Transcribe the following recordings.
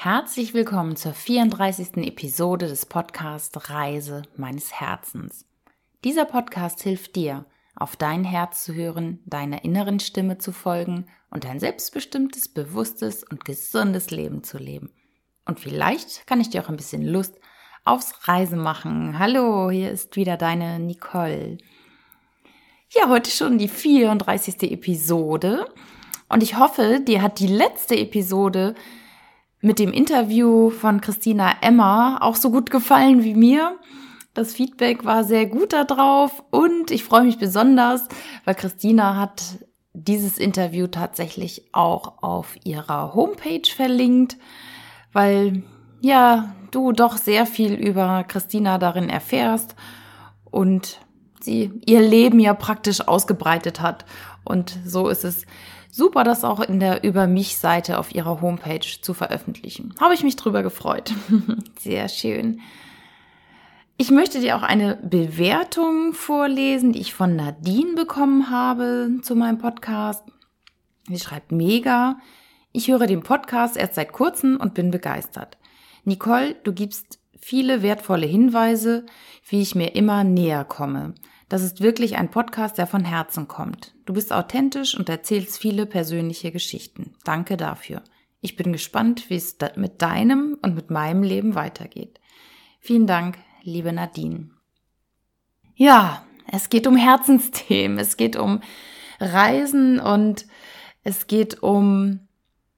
Herzlich willkommen zur 34. Episode des Podcasts Reise meines Herzens. Dieser Podcast hilft dir, auf dein Herz zu hören, deiner inneren Stimme zu folgen und ein selbstbestimmtes, bewusstes und gesundes Leben zu leben. Und vielleicht kann ich dir auch ein bisschen Lust aufs Reisen machen. Hallo, hier ist wieder deine Nicole. Ja, heute schon die 34. Episode und ich hoffe, dir hat die letzte Episode mit dem Interview von Christina Emmer auch so gut gefallen wie mir. Das Feedback war sehr gut da drauf und ich freue mich besonders, weil Christina hat dieses Interview tatsächlich auch auf ihrer Homepage verlinkt, weil ja, du doch sehr viel über Christina darin erfährst und sie ihr Leben ja praktisch ausgebreitet hat. Und so ist es super, das auch in der Über-mich-Seite auf ihrer Homepage zu veröffentlichen. Habe ich mich drüber gefreut. Sehr schön. Ich möchte dir auch eine Bewertung vorlesen, die ich von Nadine bekommen habe zu meinem Podcast. Sie schreibt: Mega. Ich höre den Podcast erst seit kurzem und bin begeistert. Nicole, du gibst viele wertvolle Hinweise, wie ich mir immer näher komme. Das ist wirklich ein Podcast, der von Herzen kommt. Du bist authentisch und erzählst viele persönliche Geschichten. Danke dafür. Ich bin gespannt, wie es mit deinem und mit meinem Leben weitergeht. Vielen Dank, liebe Nadine. Ja, es geht um Herzensthemen, es geht um Reisen und es geht um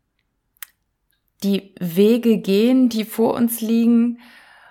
die Wege gehen, die vor uns liegen.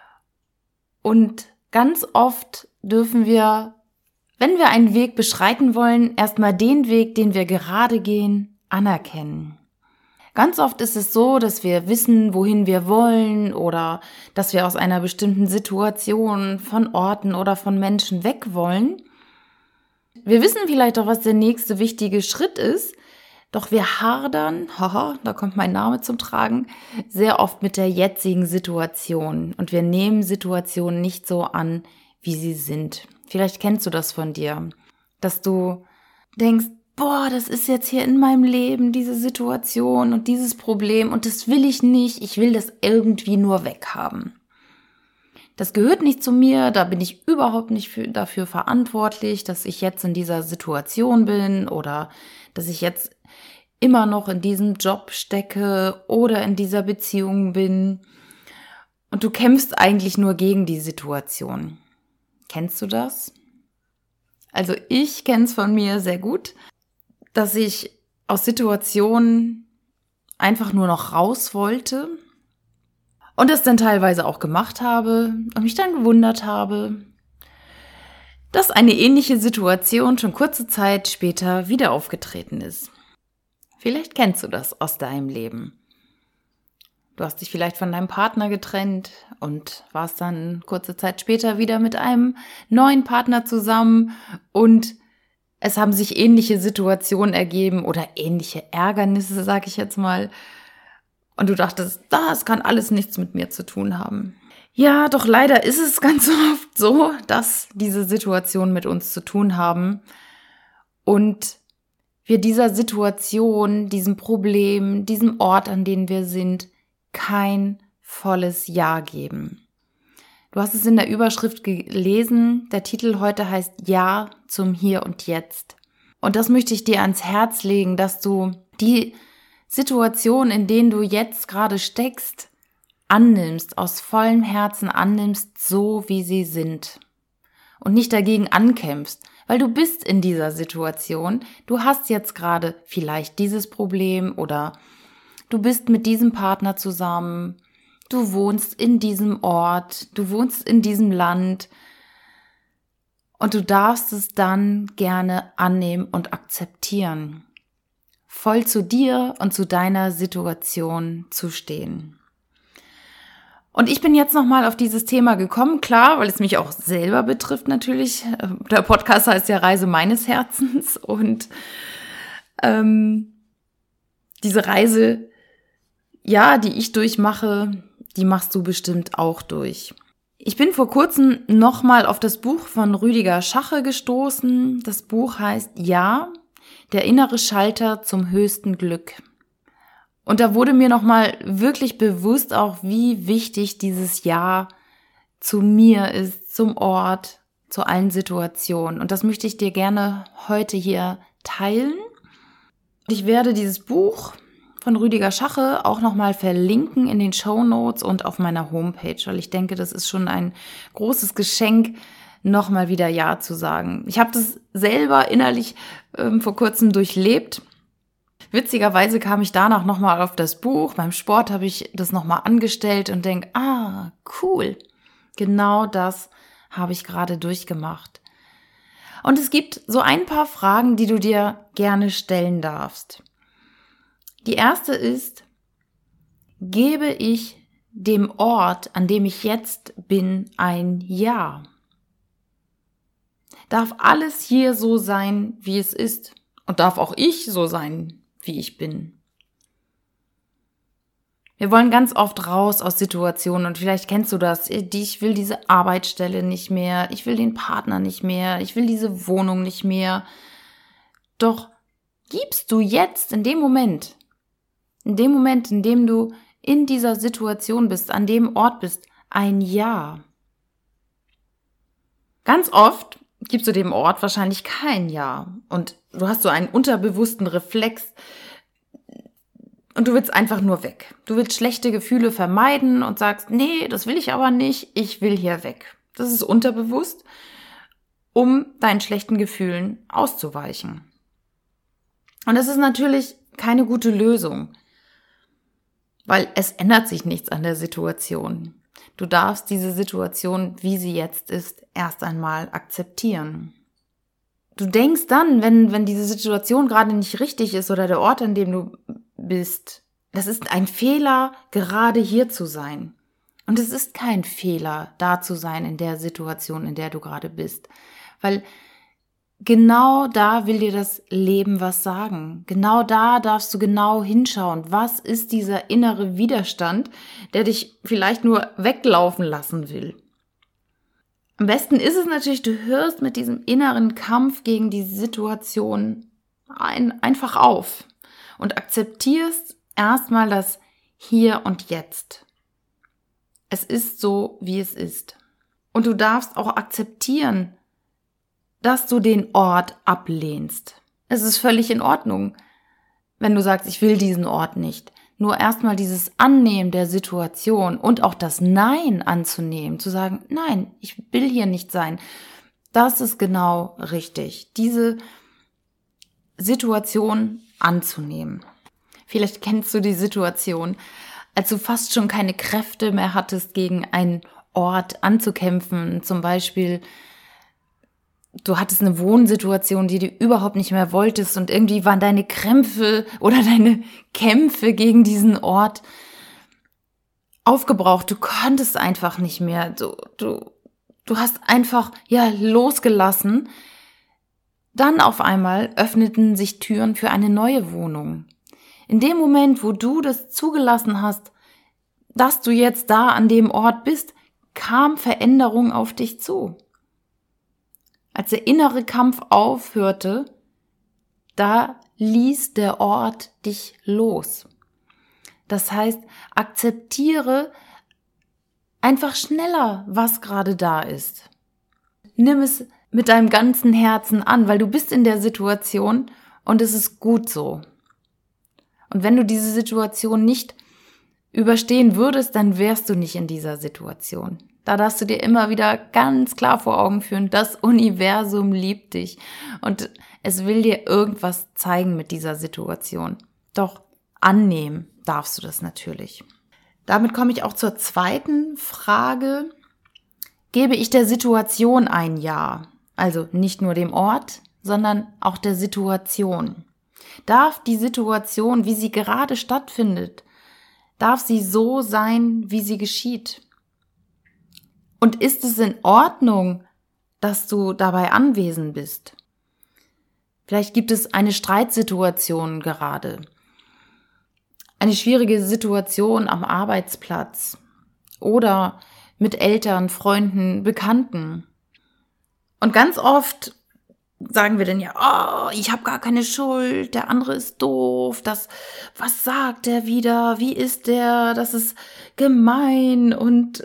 Und ganz oft dürfen wir, wenn wir einen Weg beschreiten wollen, erstmal den Weg, den wir gerade gehen, anerkennen. Ganz oft ist es so, dass wir wissen, wohin wir wollen oder dass wir aus einer bestimmten Situation, von Orten oder von Menschen weg wollen. Wir wissen vielleicht auch, was der nächste wichtige Schritt ist, doch wir hadern, da kommt mein Name zum Tragen, sehr oft mit der jetzigen Situation und wir nehmen Situationen nicht so an, wie sie sind. Vielleicht kennst du das von dir, dass du denkst, boah, das ist jetzt hier in meinem Leben, diese Situation und dieses Problem und das will ich nicht, ich will das irgendwie nur weghaben. Das gehört nicht zu mir, da bin ich überhaupt nicht dafür verantwortlich, dass ich jetzt in dieser Situation bin oder dass ich jetzt immer noch in diesem Job stecke oder in dieser Beziehung bin. Und du kämpfst eigentlich nur gegen die Situation. Kennst du das? Also ich kenne es von mir sehr gut, dass ich aus Situationen einfach nur noch raus wollte und das dann teilweise auch gemacht habe und mich dann gewundert habe, dass eine ähnliche Situation schon kurze Zeit später wieder aufgetreten ist. Vielleicht kennst du das aus deinem Leben. Du hast dich vielleicht von deinem Partner getrennt und warst dann kurze Zeit später wieder mit einem neuen Partner zusammen und es haben sich ähnliche Situationen ergeben oder ähnliche Ärgernisse, sag ich jetzt mal. Und du dachtest, das kann alles nichts mit mir zu tun haben. Ja, doch leider ist es ganz oft so, dass diese Situationen mit uns zu tun haben und wir dieser Situation, diesem Problem, diesem Ort, an dem wir sind, kein volles Ja geben. Du hast es in der Überschrift gelesen, der Titel heute heißt Ja zum Hier und Jetzt. Und das möchte ich dir ans Herz legen, dass du die Situation, in denen du jetzt gerade steckst, annimmst, aus vollem Herzen annimmst, so wie sie sind. Und nicht dagegen ankämpfst, weil du bist in dieser Situation, du hast jetzt gerade vielleicht dieses Problem oder du bist mit diesem Partner zusammen, du wohnst in diesem Ort, du wohnst in diesem Land und du darfst es dann gerne annehmen und akzeptieren, voll zu dir und zu deiner Situation zu stehen. Und ich bin jetzt nochmal auf dieses Thema gekommen, klar, weil es mich auch selber betrifft natürlich. Der Podcast heißt ja Reise meines Herzens und diese Reise, ja, die ich durchmache, die machst du bestimmt auch durch. Ich bin vor kurzem nochmal auf das Buch von Rüdiger Schache gestoßen. Das Buch heißt Ja, der innere Schalter zum höchsten Glück. Und da wurde mir nochmal wirklich bewusst auch, wie wichtig dieses Ja zu mir ist, zum Ort, zu allen Situationen. Und das möchte ich dir gerne heute hier teilen. Ich werde dieses Buch von Rüdiger Schache auch nochmal verlinken in den Shownotes und auf meiner Homepage, weil ich denke, das ist schon ein großes Geschenk, nochmal wieder Ja zu sagen. Ich habe das selber innerlich vor kurzem durchlebt. Witzigerweise kam ich danach nochmal auf das Buch. Beim Sport habe ich das nochmal angestellt und denke, cool, genau das habe ich gerade durchgemacht. Und es gibt so ein paar Fragen, die du dir gerne stellen darfst. Die erste ist, gebe ich dem Ort, an dem ich jetzt bin, ein Ja? Darf alles hier so sein, wie es ist? Und darf auch ich so sein, wie ich bin? Wir wollen ganz oft raus aus Situationen und vielleicht kennst du das. Ich will diese Arbeitsstelle nicht mehr, ich will den Partner nicht mehr, ich will diese Wohnung nicht mehr. Doch gibst du jetzt in dem Moment, in dem du in dieser Situation bist, an dem Ort bist, ein Ja? Ganz oft gibst du dem Ort wahrscheinlich kein Ja und du hast so einen unterbewussten Reflex und du willst einfach nur weg. Du willst schlechte Gefühle vermeiden und sagst, nee, das will ich aber nicht, ich will hier weg. Das ist unterbewusst, um deinen schlechten Gefühlen auszuweichen. Und das ist natürlich keine gute Lösung, weil es ändert sich nichts an der Situation. Du darfst diese Situation, wie sie jetzt ist, erst einmal akzeptieren. Du denkst dann, wenn diese Situation gerade nicht richtig ist oder der Ort, an dem du bist, das ist ein Fehler, gerade hier zu sein. Und es ist kein Fehler, da zu sein in der Situation, in der du gerade bist. Weil genau da will dir das Leben was sagen. Genau da darfst du genau hinschauen. Was ist dieser innere Widerstand, der dich vielleicht nur weglaufen lassen will? Am besten ist es natürlich, du hörst mit diesem inneren Kampf gegen die Situation einfach auf und akzeptierst erstmal das Hier und Jetzt. Es ist so, wie es ist. Und du darfst auch akzeptieren, dass du den Ort ablehnst. Es ist völlig in Ordnung, wenn du sagst, ich will diesen Ort nicht. Nur erstmal dieses Annehmen der Situation und auch das Nein anzunehmen, zu sagen, nein, ich will hier nicht sein. Das ist genau richtig, diese Situation anzunehmen. Vielleicht kennst du die Situation, als du fast schon keine Kräfte mehr hattest, gegen einen Ort anzukämpfen. Zum Beispiel, du hattest eine Wohnsituation, die du überhaupt nicht mehr wolltest und irgendwie waren deine Krämpfe oder deine Kämpfe gegen diesen Ort aufgebraucht. Du konntest einfach nicht mehr. Du hast einfach, losgelassen. Dann auf einmal öffneten sich Türen für eine neue Wohnung. In dem Moment, wo du das zugelassen hast, dass du jetzt da an dem Ort bist, kam Veränderung auf dich zu. Als der innere Kampf aufhörte, da ließ der Ort dich los. Das heißt, akzeptiere einfach schneller, was gerade da ist. Nimm es mit deinem ganzen Herzen an, weil du bist in der Situation und es ist gut so. Und wenn du diese Situation nicht überstehen würdest, dann wärst du nicht in dieser Situation. Da darfst du dir immer wieder ganz klar vor Augen führen, das Universum liebt dich und es will dir irgendwas zeigen mit dieser Situation. Doch annehmen darfst du das natürlich. Damit komme ich auch zur zweiten Frage. Gebe ich der Situation ein Ja? Also nicht nur dem Ort, sondern auch der Situation. Darf die Situation, wie sie gerade stattfindet, darf sie so sein, wie sie geschieht? Und ist es in Ordnung, dass du dabei anwesend bist? Vielleicht gibt es eine Streitsituation gerade, eine schwierige Situation am Arbeitsplatz oder mit Eltern, Freunden, Bekannten. Und ganz oft sagen wir dann ja, oh, ich habe gar keine Schuld, der andere ist doof, was sagt der wieder, wie ist der, das ist gemein und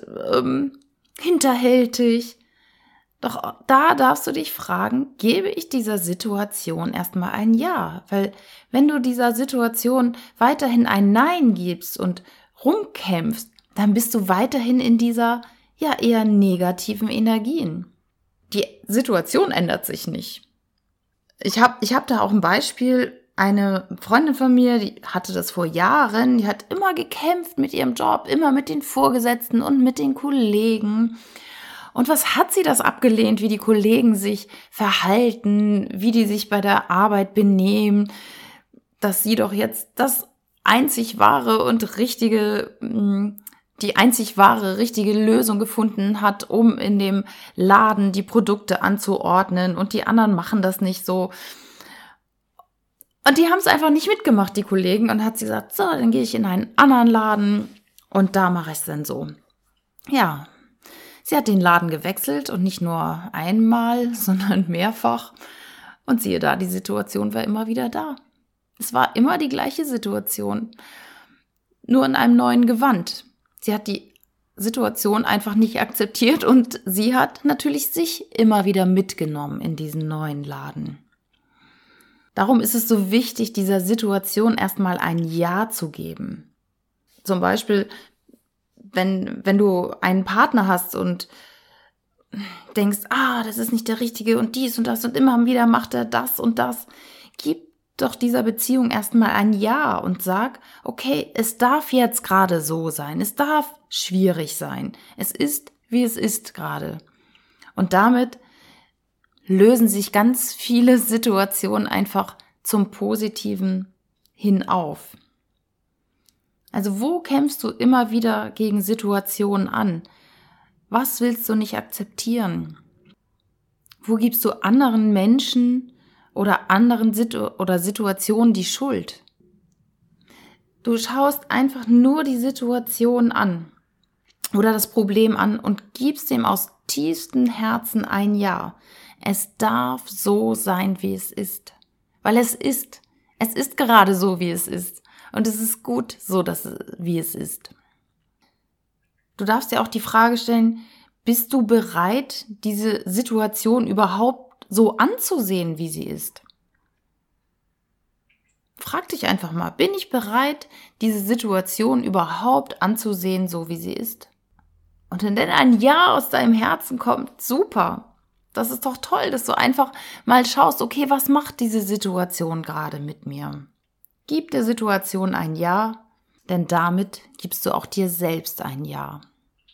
hinterhältig. Doch da darfst du dich fragen, gebe ich dieser Situation erstmal ein Ja? Weil wenn du dieser Situation weiterhin ein Nein gibst und rumkämpfst, dann bist du weiterhin in dieser ja eher negativen Energien. Die Situation ändert sich nicht. Ich hab da auch ein Beispiel. Eine Freundin von mir, die hatte das vor Jahren, die hat immer gekämpft mit ihrem Job, immer mit den Vorgesetzten und mit den Kollegen. Und was hat sie das abgelehnt, wie die Kollegen sich verhalten, wie die sich bei der Arbeit benehmen, dass sie doch jetzt das einzig wahre und richtige, die einzig wahre, richtige Lösung gefunden hat, um in dem Laden die Produkte anzuordnen und die anderen machen das nicht so. Und die haben es einfach nicht mitgemacht, die Kollegen, und hat sie gesagt, so, dann gehe ich in einen anderen Laden und da mache ich es dann so. Ja, sie hat den Laden gewechselt und nicht nur einmal, sondern mehrfach. Und siehe da, die Situation war immer wieder da. Es war immer die gleiche Situation, nur in einem neuen Gewand. Sie hat die Situation einfach nicht akzeptiert und sie hat natürlich sich immer wieder mitgenommen in diesen neuen Laden. Darum ist es so wichtig, dieser Situation erstmal ein Ja zu geben. Zum Beispiel, wenn du einen Partner hast und denkst, das ist nicht der Richtige und dies und das und immer wieder macht er das und das, gib doch dieser Beziehung erstmal ein Ja und sag, okay, es darf jetzt gerade so sein, es darf schwierig sein, es ist, wie es ist gerade. Und damit lösen sich ganz viele Situationen einfach zum Positiven hin auf. Also wo kämpfst du immer wieder gegen Situationen an? Was willst du nicht akzeptieren? Wo gibst du anderen Menschen oder anderen Situationen die Schuld? Du schaust einfach nur die Situation an oder das Problem an und gibst dem aus tiefstem Herzen ein Ja. Es darf so sein, wie es ist. Weil es ist. Es ist gerade so, wie es ist. Und es ist gut so, wie es ist. Du darfst dir auch die Frage stellen, bist du bereit, diese Situation überhaupt so anzusehen, wie sie ist? Frag dich einfach mal, bin ich bereit, diese Situation überhaupt anzusehen, so wie sie ist? Und wenn dann ein Ja aus deinem Herzen kommt, super. Das ist doch toll, dass du einfach mal schaust, okay, was macht diese Situation gerade mit mir? Gib der Situation ein Ja, denn damit gibst du auch dir selbst ein Ja.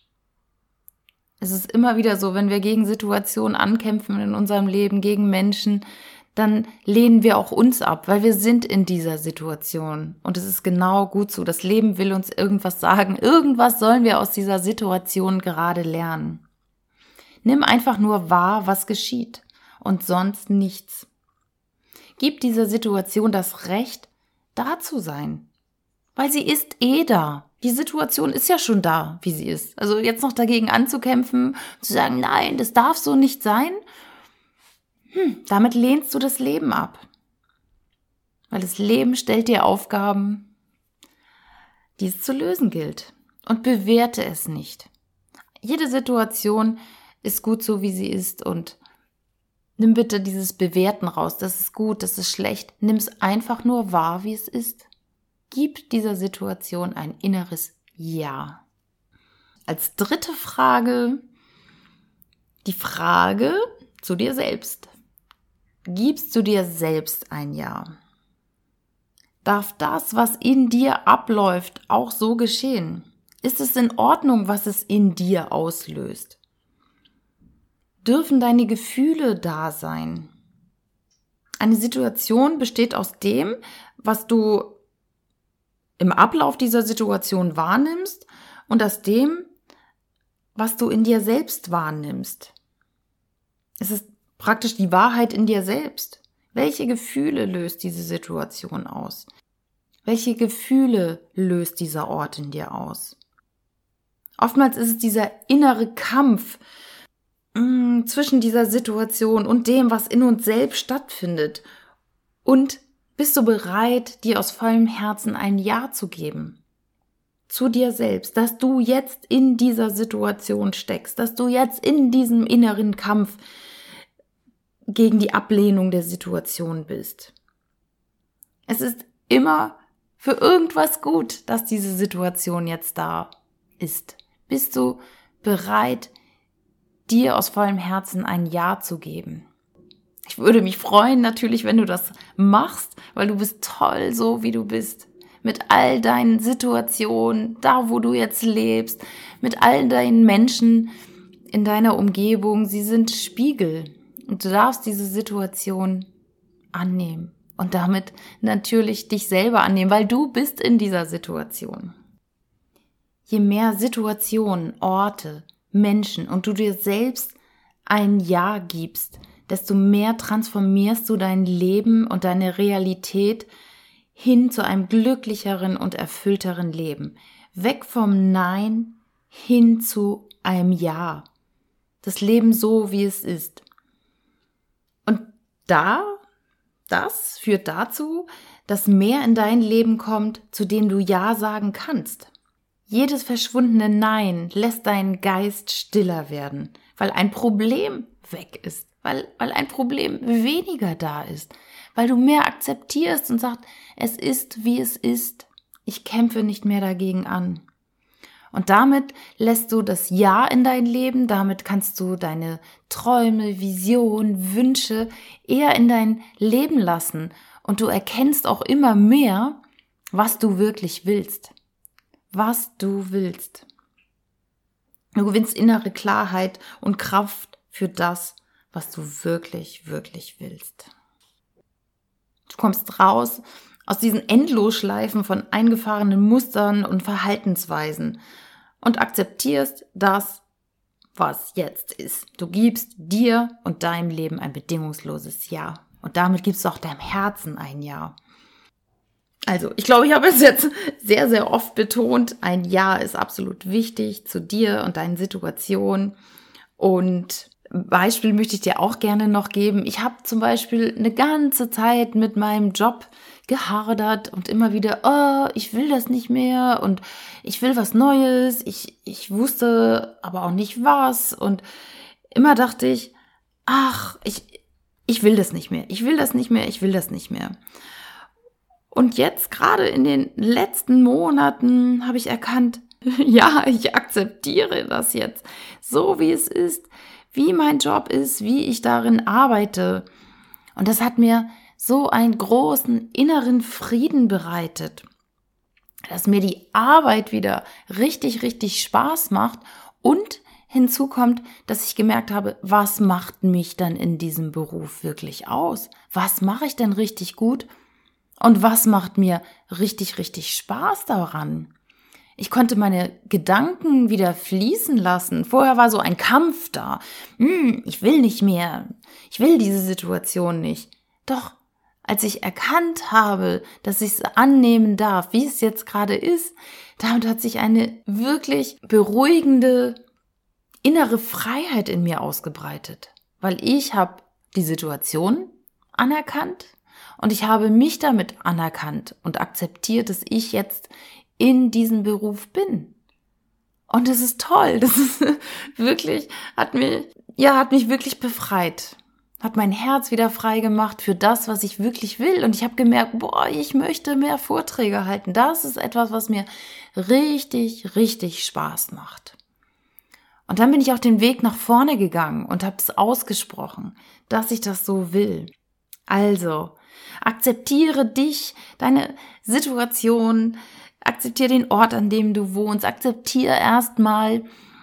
Es ist immer wieder so, wenn wir gegen Situationen ankämpfen in unserem Leben, gegen Menschen, dann lehnen wir auch uns ab, weil wir sind in dieser Situation. Und es ist genau gut so. Das Leben will uns irgendwas sagen. Irgendwas sollen wir aus dieser Situation gerade lernen. Nimm einfach nur wahr, was geschieht und sonst nichts. Gib dieser Situation das Recht, da zu sein, weil sie ist da. Die Situation ist ja schon da, wie sie ist. Also jetzt noch dagegen anzukämpfen, zu sagen, nein, das darf so nicht sein, damit lehnst du das Leben ab. Weil das Leben stellt dir Aufgaben, die es zu lösen gilt. Und bewerte es nicht. Jede Situation ist gut so, wie sie ist, und nimm bitte dieses Bewerten raus. Das ist gut, das ist schlecht. Nimm es einfach nur wahr, wie es ist. Gib dieser Situation ein inneres Ja. Als dritte Frage, die Frage zu dir selbst. Gibst du dir selbst ein Ja? Darf das, was in dir abläuft, auch so geschehen? Ist es in Ordnung, was es in dir auslöst? Dürfen deine Gefühle da sein? Eine Situation besteht aus dem, was du im Ablauf dieser Situation wahrnimmst und aus dem, was du in dir selbst wahrnimmst. Es ist praktisch die Wahrheit in dir selbst. Welche Gefühle löst diese Situation aus? Welche Gefühle löst dieser Ort in dir aus? Oftmals ist es dieser innere Kampf, zwischen dieser Situation und dem, was in uns selbst stattfindet? Und bist du bereit, dir aus vollem Herzen ein Ja zu geben? Zu dir selbst, dass du jetzt in dieser Situation steckst, dass du jetzt in diesem inneren Kampf gegen die Ablehnung der Situation bist. Es ist immer für irgendwas gut, dass diese Situation jetzt da ist. Bist du bereit, dir aus vollem Herzen ein Ja zu geben? Ich würde mich freuen natürlich, wenn du das machst, weil du bist toll, so wie du bist. Mit all deinen Situationen, da wo du jetzt lebst, mit all deinen Menschen in deiner Umgebung. Sie sind Spiegel und du darfst diese Situation annehmen und damit natürlich dich selber annehmen, weil du bist in dieser Situation. Je mehr Situationen, Orte, Menschen und du dir selbst ein Ja gibst, desto mehr transformierst du dein Leben und deine Realität hin zu einem glücklicheren und erfüllteren Leben. Weg vom Nein hin zu einem Ja. Das Leben so, wie es ist. Und das führt dazu, dass mehr in dein Leben kommt, zu dem du Ja sagen kannst. Jedes verschwundene Nein lässt deinen Geist stiller werden, weil ein Problem weg ist, weil ein Problem weniger da ist, weil du mehr akzeptierst und sagst, es ist, wie es ist, ich kämpfe nicht mehr dagegen an. Und damit lässt du das Ja in dein Leben, damit kannst du deine Träume, Visionen, Wünsche eher in dein Leben lassen und du erkennst auch immer mehr, was du wirklich willst. Was du willst. Du gewinnst innere Klarheit und Kraft für das, was du wirklich, wirklich willst. Du kommst raus aus diesen Endlosschleifen von eingefahrenen Mustern und Verhaltensweisen und akzeptierst das, was jetzt ist. Du gibst dir und deinem Leben ein bedingungsloses Ja. Und damit gibst du auch deinem Herzen ein Ja. Also, ich glaube, ich habe es jetzt sehr, sehr oft betont. Ein Ja ist absolut wichtig zu dir und deinen Situationen. Und ein Beispiel möchte ich dir auch gerne noch geben. Ich habe zum Beispiel eine ganze Zeit mit meinem Job gehadert und immer wieder, oh, ich will das nicht mehr und ich will was Neues. Ich wusste aber auch nicht was. Und immer dachte ich, ach, ich will das nicht mehr. Ich will das nicht mehr. Ich will das nicht mehr. Und jetzt, gerade in den letzten Monaten, habe ich erkannt, ja, ich akzeptiere das jetzt, so wie es ist, wie mein Job ist, wie ich darin arbeite. Und das hat mir so einen großen inneren Frieden bereitet, dass mir die Arbeit wieder richtig, richtig Spaß macht und hinzu kommt, dass ich gemerkt habe, was macht mich dann in diesem Beruf wirklich aus? Was mache ich denn richtig gut? Und was macht mir richtig, richtig Spaß daran? Ich konnte meine Gedanken wieder fließen lassen. Vorher war so ein Kampf da. Ich will nicht mehr. Ich will diese Situation nicht. Doch, als ich erkannt habe, dass ich es annehmen darf, wie es jetzt gerade ist, damit hat sich eine wirklich beruhigende innere Freiheit in mir ausgebreitet. Weil ich habe die Situation anerkannt. Und ich habe mich damit anerkannt und akzeptiert, dass ich jetzt in diesem Beruf bin. Und das ist toll. Das ist wirklich, hat mich wirklich befreit. Hat mein Herz wieder frei gemacht für das, was ich wirklich will. Und ich habe gemerkt, ich möchte mehr Vorträge halten. Das ist etwas, was mir richtig, richtig Spaß macht. Und dann bin ich auch den Weg nach vorne gegangen und habe es ausgesprochen, dass ich das so will. Also, akzeptiere dich, deine Situation, akzeptiere den Ort, an dem du wohnst, akzeptiere erstmal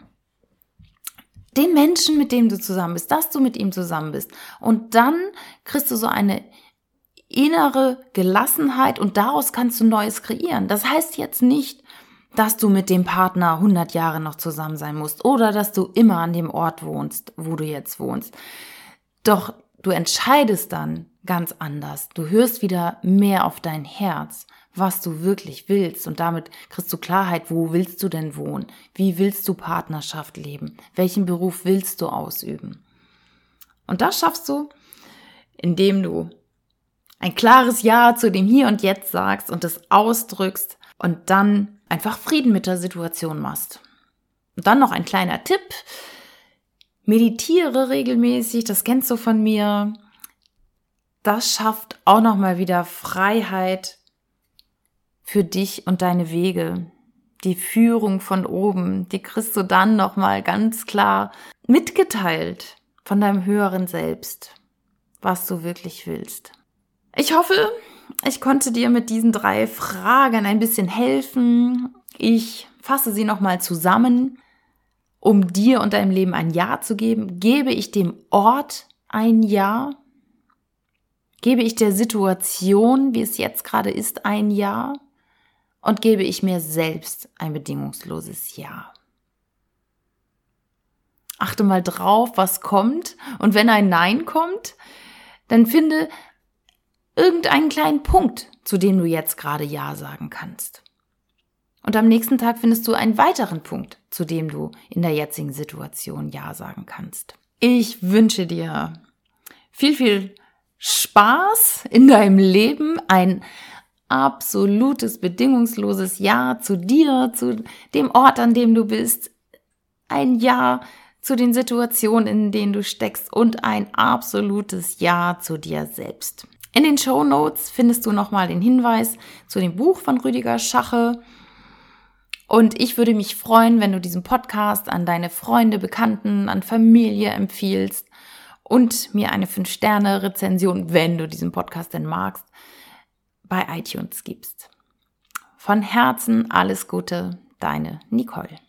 den Menschen, mit dem du zusammen bist, dass du mit ihm zusammen bist. Und dann kriegst du so eine innere Gelassenheit und daraus kannst du Neues kreieren. Das heißt jetzt nicht, dass du mit dem Partner 100 Jahre noch zusammen sein musst oder dass du immer an dem Ort wohnst, wo du jetzt wohnst. Doch du entscheidest dann ganz anders. Du hörst wieder mehr auf dein Herz, was du wirklich willst. Und damit kriegst du Klarheit, wo willst du denn wohnen? Wie willst du Partnerschaft leben? Welchen Beruf willst du ausüben? Und das schaffst du, indem du ein klares Ja zu dem Hier und Jetzt sagst und es ausdrückst und dann einfach Frieden mit der Situation machst. Und dann noch ein kleiner Tipp. Meditiere regelmäßig, das kennst du von mir. Das schafft auch nochmal wieder Freiheit für dich und deine Wege. Die Führung von oben, die kriegst du dann nochmal ganz klar mitgeteilt von deinem höheren Selbst, was du wirklich willst. Ich hoffe, ich konnte dir mit diesen 3 Fragen ein bisschen helfen. Ich fasse sie nochmal zusammen. Um dir und deinem Leben ein Ja zu geben, gebe ich dem Ort ein Ja? Gebe ich der Situation, wie es jetzt gerade ist, ein Ja? Und gebe ich mir selbst ein bedingungsloses Ja? Achte mal drauf, was kommt. Und wenn ein Nein kommt, dann finde irgendeinen kleinen Punkt, zu dem du jetzt gerade Ja sagen kannst. Und am nächsten Tag findest du einen weiteren Punkt, zu dem du in der jetzigen Situation Ja sagen kannst. Ich wünsche dir viel, viel Spaß in deinem Leben, ein absolutes, bedingungsloses Ja zu dir, zu dem Ort, an dem du bist, ein Ja zu den Situationen, in denen du steckst und ein absolutes Ja zu dir selbst. In den Shownotes findest du nochmal den Hinweis zu dem Buch von Rüdiger Schache. Und ich würde mich freuen, wenn du diesen Podcast an deine Freunde, Bekannten, an Familie empfiehlst und mir eine 5-Sterne-Rezension, wenn du diesen Podcast denn magst, bei iTunes gibst. Von Herzen alles Gute, deine Nicole.